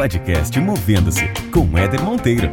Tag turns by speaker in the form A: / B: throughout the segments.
A: Podcast Movendo-se, com Éder Monteiro.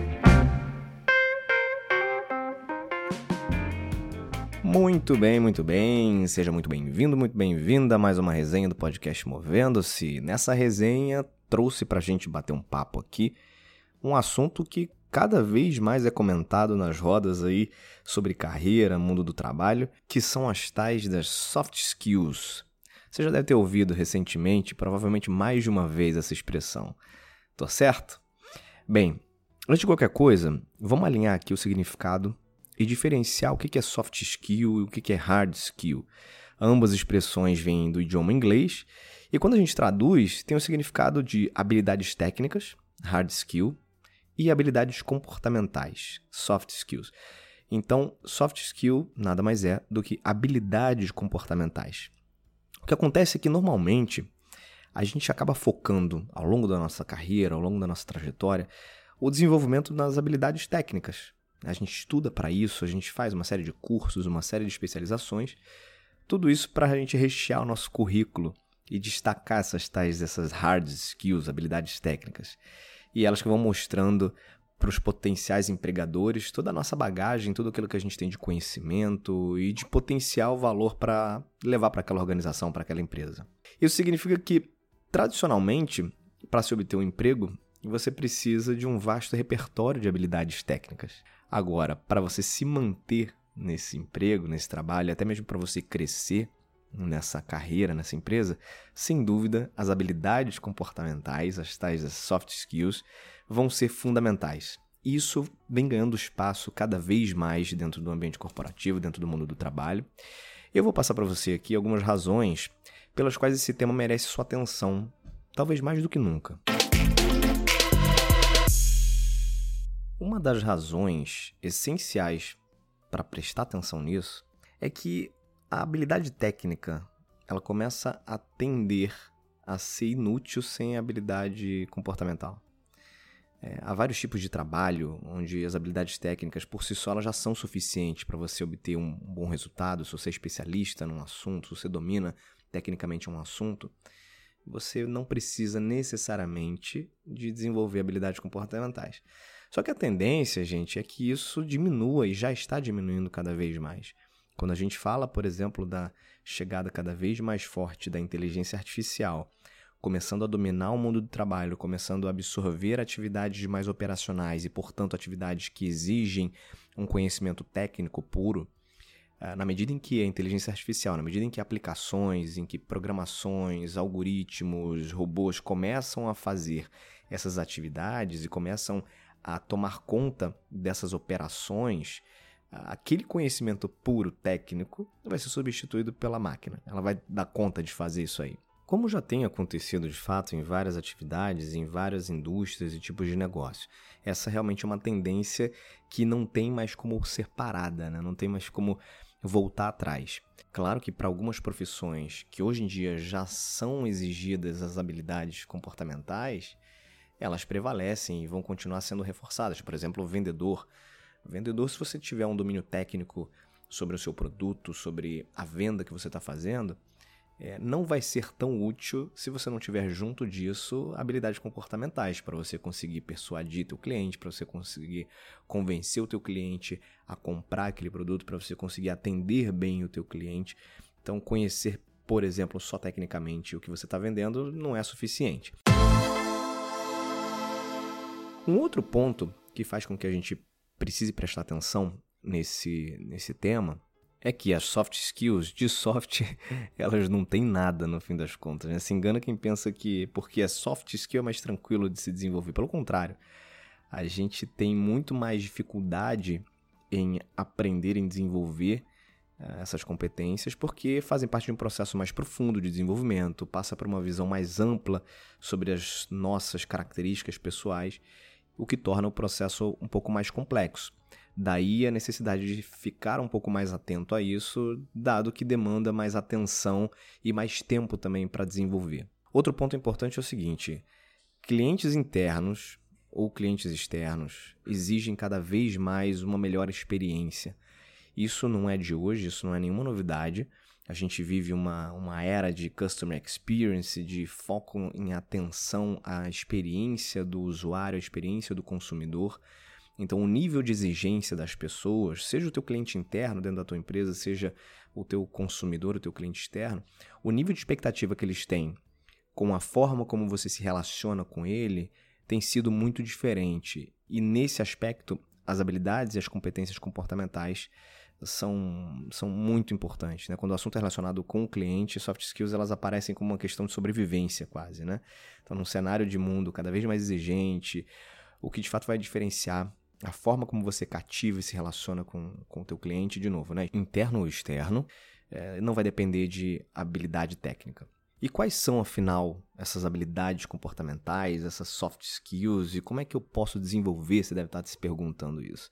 B: Muito bem. Seja muito bem-vindo, muito bem-vinda a mais uma resenha do podcast Movendo-se. Nessa resenha, trouxe pra gente bater um papo aqui, um assunto que cada vez mais é comentado nas rodas aí sobre carreira, mundo do trabalho, que são as tais das soft skills. Você já deve ter ouvido recentemente, provavelmente mais de uma vez, essa expressão. Tô certo? Bem, antes de qualquer coisa, vamos alinhar aqui o significado e diferenciar o que é soft skill e o que é hard skill. Ambas expressões vêm do idioma inglês e quando a gente traduz, tem o significado de habilidades técnicas, hard skill, e habilidades comportamentais, soft skills. Então, soft skill nada mais é do que habilidades comportamentais. O que acontece é que, normalmente, a gente acaba focando, ao longo da nossa carreira, ao longo da nossa trajetória, o desenvolvimento das habilidades técnicas. A gente estuda para isso, a gente faz uma série de cursos, uma série de especializações, tudo isso para a gente rechear o nosso currículo e destacar essas hard skills, habilidades técnicas. E elas que vão mostrando para os potenciais empregadores toda a nossa bagagem, tudo aquilo que a gente tem de conhecimento e de potencial valor para levar para aquela organização, para aquela empresa. Isso significa que, tradicionalmente, para se obter um emprego, você precisa de um vasto repertório de habilidades técnicas. Agora, para você se manter nesse emprego, nesse trabalho, até mesmo para você crescer nessa carreira, nessa empresa, sem dúvida, as habilidades comportamentais, as tais soft skills, vão ser fundamentais. Isso vem ganhando espaço cada vez mais dentro do ambiente corporativo, dentro do mundo do trabalho. Eu vou passar para você aqui algumas razões pelas quais esse tema merece sua atenção, talvez mais do que nunca. Uma das razões essenciais para prestar atenção nisso é que a habilidade técnica, ela começa a tender a ser inútil sem a habilidade comportamental. Há vários tipos de trabalho onde as habilidades técnicas por si só elas já são suficientes para você obter um bom resultado. Se você é especialista num assunto, se você domina tecnicamente um assunto, você não precisa necessariamente de desenvolver habilidades comportamentais. Só que a tendência, gente, é que isso diminua e já está diminuindo cada vez mais. Quando a gente fala, por exemplo, da chegada cada vez mais forte da inteligência artificial, começando a dominar o mundo do trabalho, começando a absorver atividades mais operacionais e, portanto, atividades que exigem um conhecimento técnico puro, na medida em que a inteligência artificial, na medida em que aplicações, em que programações, algoritmos, robôs começam a fazer essas atividades e começam a tomar conta dessas operações, aquele conhecimento puro técnico vai ser substituído pela máquina. Ela vai dar conta de fazer isso aí. Como já tem acontecido de fato em várias atividades, em várias indústrias e tipos de negócio. Essa realmente é uma tendência que não tem mais como ser parada, né? Não tem mais como voltar atrás. Claro que para algumas profissões que hoje em dia já são exigidas as habilidades comportamentais, elas prevalecem e vão continuar sendo reforçadas. Por exemplo, o vendedor. Vendedor, se você tiver um domínio técnico sobre o seu produto, sobre a venda que você está fazendo, não vai ser tão útil se você não tiver junto disso habilidades comportamentais para você conseguir persuadir teu cliente, para você conseguir convencer o teu cliente a comprar aquele produto, para você conseguir atender bem o teu cliente. Então, conhecer, por exemplo, só tecnicamente o que você está vendendo não é suficiente. Um outro ponto que faz com que a gente precise prestar atenção nesse tema é que as soft skills, de soft, elas não têm nada no fim das contas, né? Se engana quem pensa que porque é soft skill é mais tranquilo de se desenvolver. Pelo contrário, a gente tem muito mais dificuldade em aprender, em desenvolver essas competências porque fazem parte de um processo mais profundo de desenvolvimento, passa por uma visão mais ampla sobre as nossas características pessoais, o que torna o processo um pouco mais complexo. Daí a necessidade de ficar um pouco mais atento a isso, dado que demanda mais atenção e mais tempo também para desenvolver. Outro ponto importante é o seguinte: clientes internos ou clientes externos exigem cada vez mais uma melhor experiência. Isso não é de hoje, isso não é nenhuma novidade. A gente vive uma era de customer experience, de foco em atenção à experiência do usuário, à experiência do consumidor. Então, o nível de exigência das pessoas, seja o teu cliente interno dentro da tua empresa, seja o teu consumidor, o teu cliente externo, o nível de expectativa que eles têm com a forma como você se relaciona com ele tem sido muito diferente. E nesse aspecto, as habilidades e as competências comportamentais são muito importantes, né? Quando o assunto é relacionado com o cliente, soft skills elas aparecem como uma questão de sobrevivência quase, né? Então, num cenário de mundo cada vez mais exigente, o que de fato vai diferenciar a forma como você cativa e se relaciona com o teu cliente, de novo, né? Interno ou externo, não vai depender de habilidade técnica. E quais são, afinal, essas habilidades comportamentais, essas soft skills, e como é que eu posso desenvolver? Você deve estar se perguntando isso.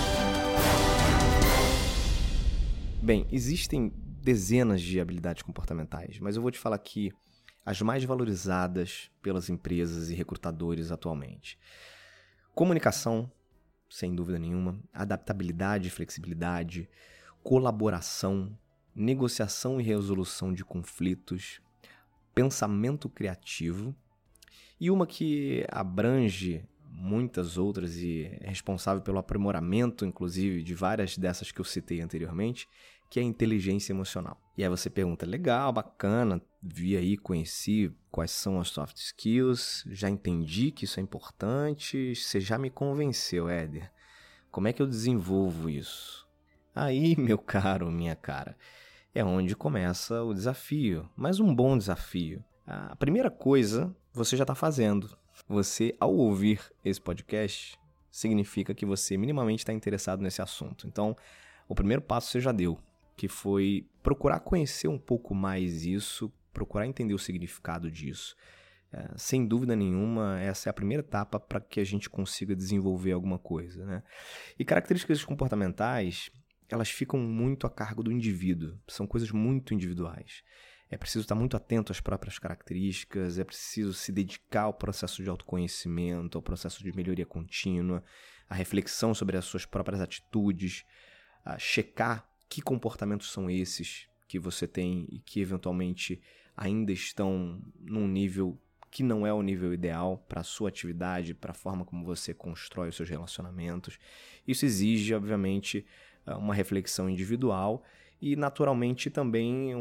B: Bem, existem dezenas de habilidades comportamentais, mas eu vou te falar aqui as mais valorizadas pelas empresas e recrutadores atualmente. Comunicação, sem dúvida nenhuma, adaptabilidade e flexibilidade, colaboração, negociação e resolução de conflitos, pensamento criativo e uma que abrange muitas outras e é responsável pelo aprimoramento, inclusive, de várias dessas que eu citei anteriormente, que é a inteligência emocional. E aí você pergunta, legal, bacana, vi aí, conheci quais são as soft skills, já entendi que isso é importante, você já me convenceu, Éder. Como é que eu desenvolvo isso? Aí, meu caro, minha cara, é onde começa o desafio, mas um bom desafio. A primeira coisa você já está fazendo. Você, ao ouvir esse podcast, significa que você minimamente está interessado nesse assunto. Então, o primeiro passo você já deu, que foi procurar conhecer um pouco mais isso, procurar entender o significado disso. Sem dúvida nenhuma, essa é a primeira etapa para que a gente consiga desenvolver alguma coisa, né? E características comportamentais, elas ficam muito a cargo do indivíduo, são coisas muito individuais. É preciso estar muito atento às próprias características, é preciso se dedicar ao processo de autoconhecimento, ao processo de melhoria contínua, à reflexão sobre as suas próprias atitudes, a checar que comportamentos são esses que você tem e que eventualmente ainda estão num nível que não é o nível ideal para a sua atividade, para a forma como você constrói os seus relacionamentos. Isso exige, obviamente, uma reflexão individual e, naturalmente, também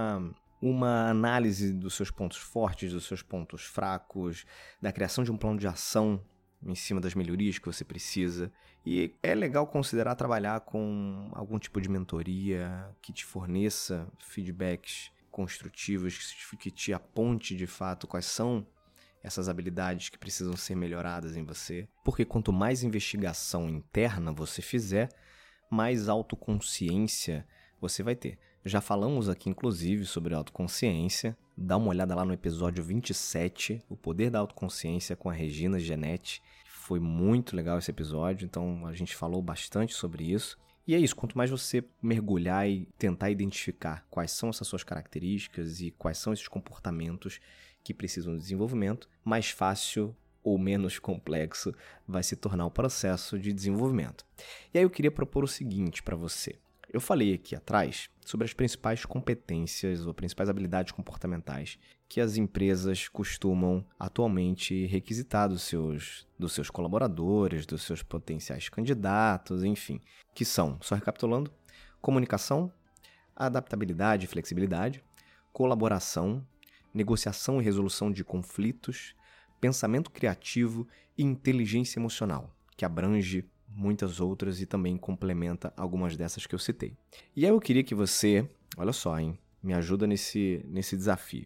B: uma análise dos seus pontos fortes, dos seus pontos fracos, da criação de um plano de ação em cima das melhorias que você precisa. E é legal considerar trabalhar com algum tipo de mentoria que te forneça feedbacks construtivos, que te aponte de fato quais são essas habilidades que precisam ser melhoradas em você. Porque quanto mais investigação interna você fizer, mais autoconsciência você vai ter. Já falamos aqui, inclusive, sobre autoconsciência. Dá uma olhada lá no episódio 27, O Poder da Autoconsciência, com a Regina Genetti. Foi muito legal esse episódio, então a gente falou bastante sobre isso. E é isso, quanto mais você mergulhar e tentar identificar quais são essas suas características e quais são esses comportamentos que precisam de desenvolvimento, mais fácil ou menos complexo vai se tornar o processo de desenvolvimento. E aí eu queria propor o seguinte para você. Eu falei aqui atrás sobre as principais competências ou principais habilidades comportamentais que as empresas costumam atualmente requisitar dos seus colaboradores, dos seus potenciais candidatos, enfim, que são, só recapitulando, comunicação, adaptabilidade e flexibilidade, colaboração, negociação e resolução de conflitos, pensamento criativo e inteligência emocional, que abrange muitas outras e também complementa algumas dessas que eu citei. E aí eu queria que você, olha só, me ajuda nesse desafio.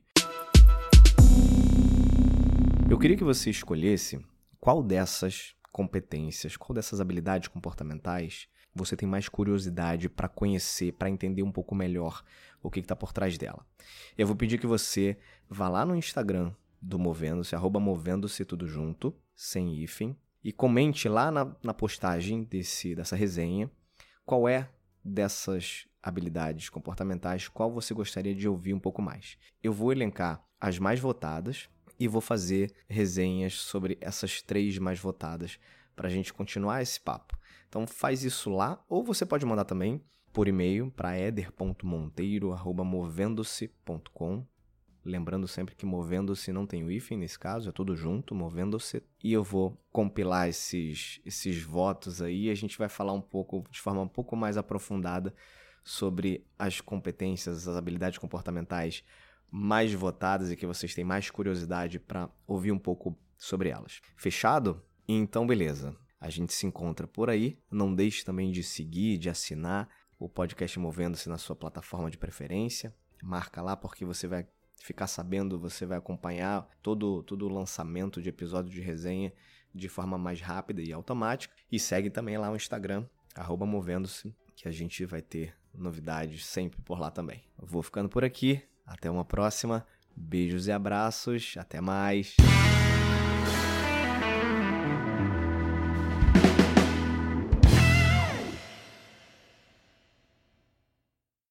B: Eu queria que você escolhesse qual dessas competências, qual dessas habilidades comportamentais você tem mais curiosidade para conhecer, para entender um pouco melhor o que está por trás dela. Eu vou pedir que você vá lá no Instagram do Movendo-se, @movendo-se tudo junto, sem hífen, e comente lá na postagem dessa resenha qual é dessas habilidades comportamentais, qual você gostaria de ouvir um pouco mais. Eu vou elencar as mais votadas e vou fazer resenhas sobre essas 3 mais votadas para a gente continuar esse papo. Então faz isso lá, ou você pode mandar também por e-mail para eder.monteiro@movendo-se.com. Lembrando sempre que movendo-se não tem o hífen nesse caso, é tudo junto, movendo-se. E eu vou compilar esses votos aí e a gente vai falar um pouco, de forma um pouco mais aprofundada, sobre as competências, as habilidades comportamentais mais votadas e que vocês têm mais curiosidade para ouvir um pouco sobre elas. Fechado? Então, beleza. A gente se encontra por aí. Não deixe também de seguir, de assinar o podcast Movendo-se na sua plataforma de preferência. Marca lá porque você vai ficar sabendo, você vai acompanhar todo o lançamento de episódio de resenha de forma mais rápida e automática. E segue também lá o Instagram, @movendo-se, que a gente vai ter novidades sempre por lá também. Eu vou ficando por aqui. Até uma próxima. Beijos e abraços. Até mais.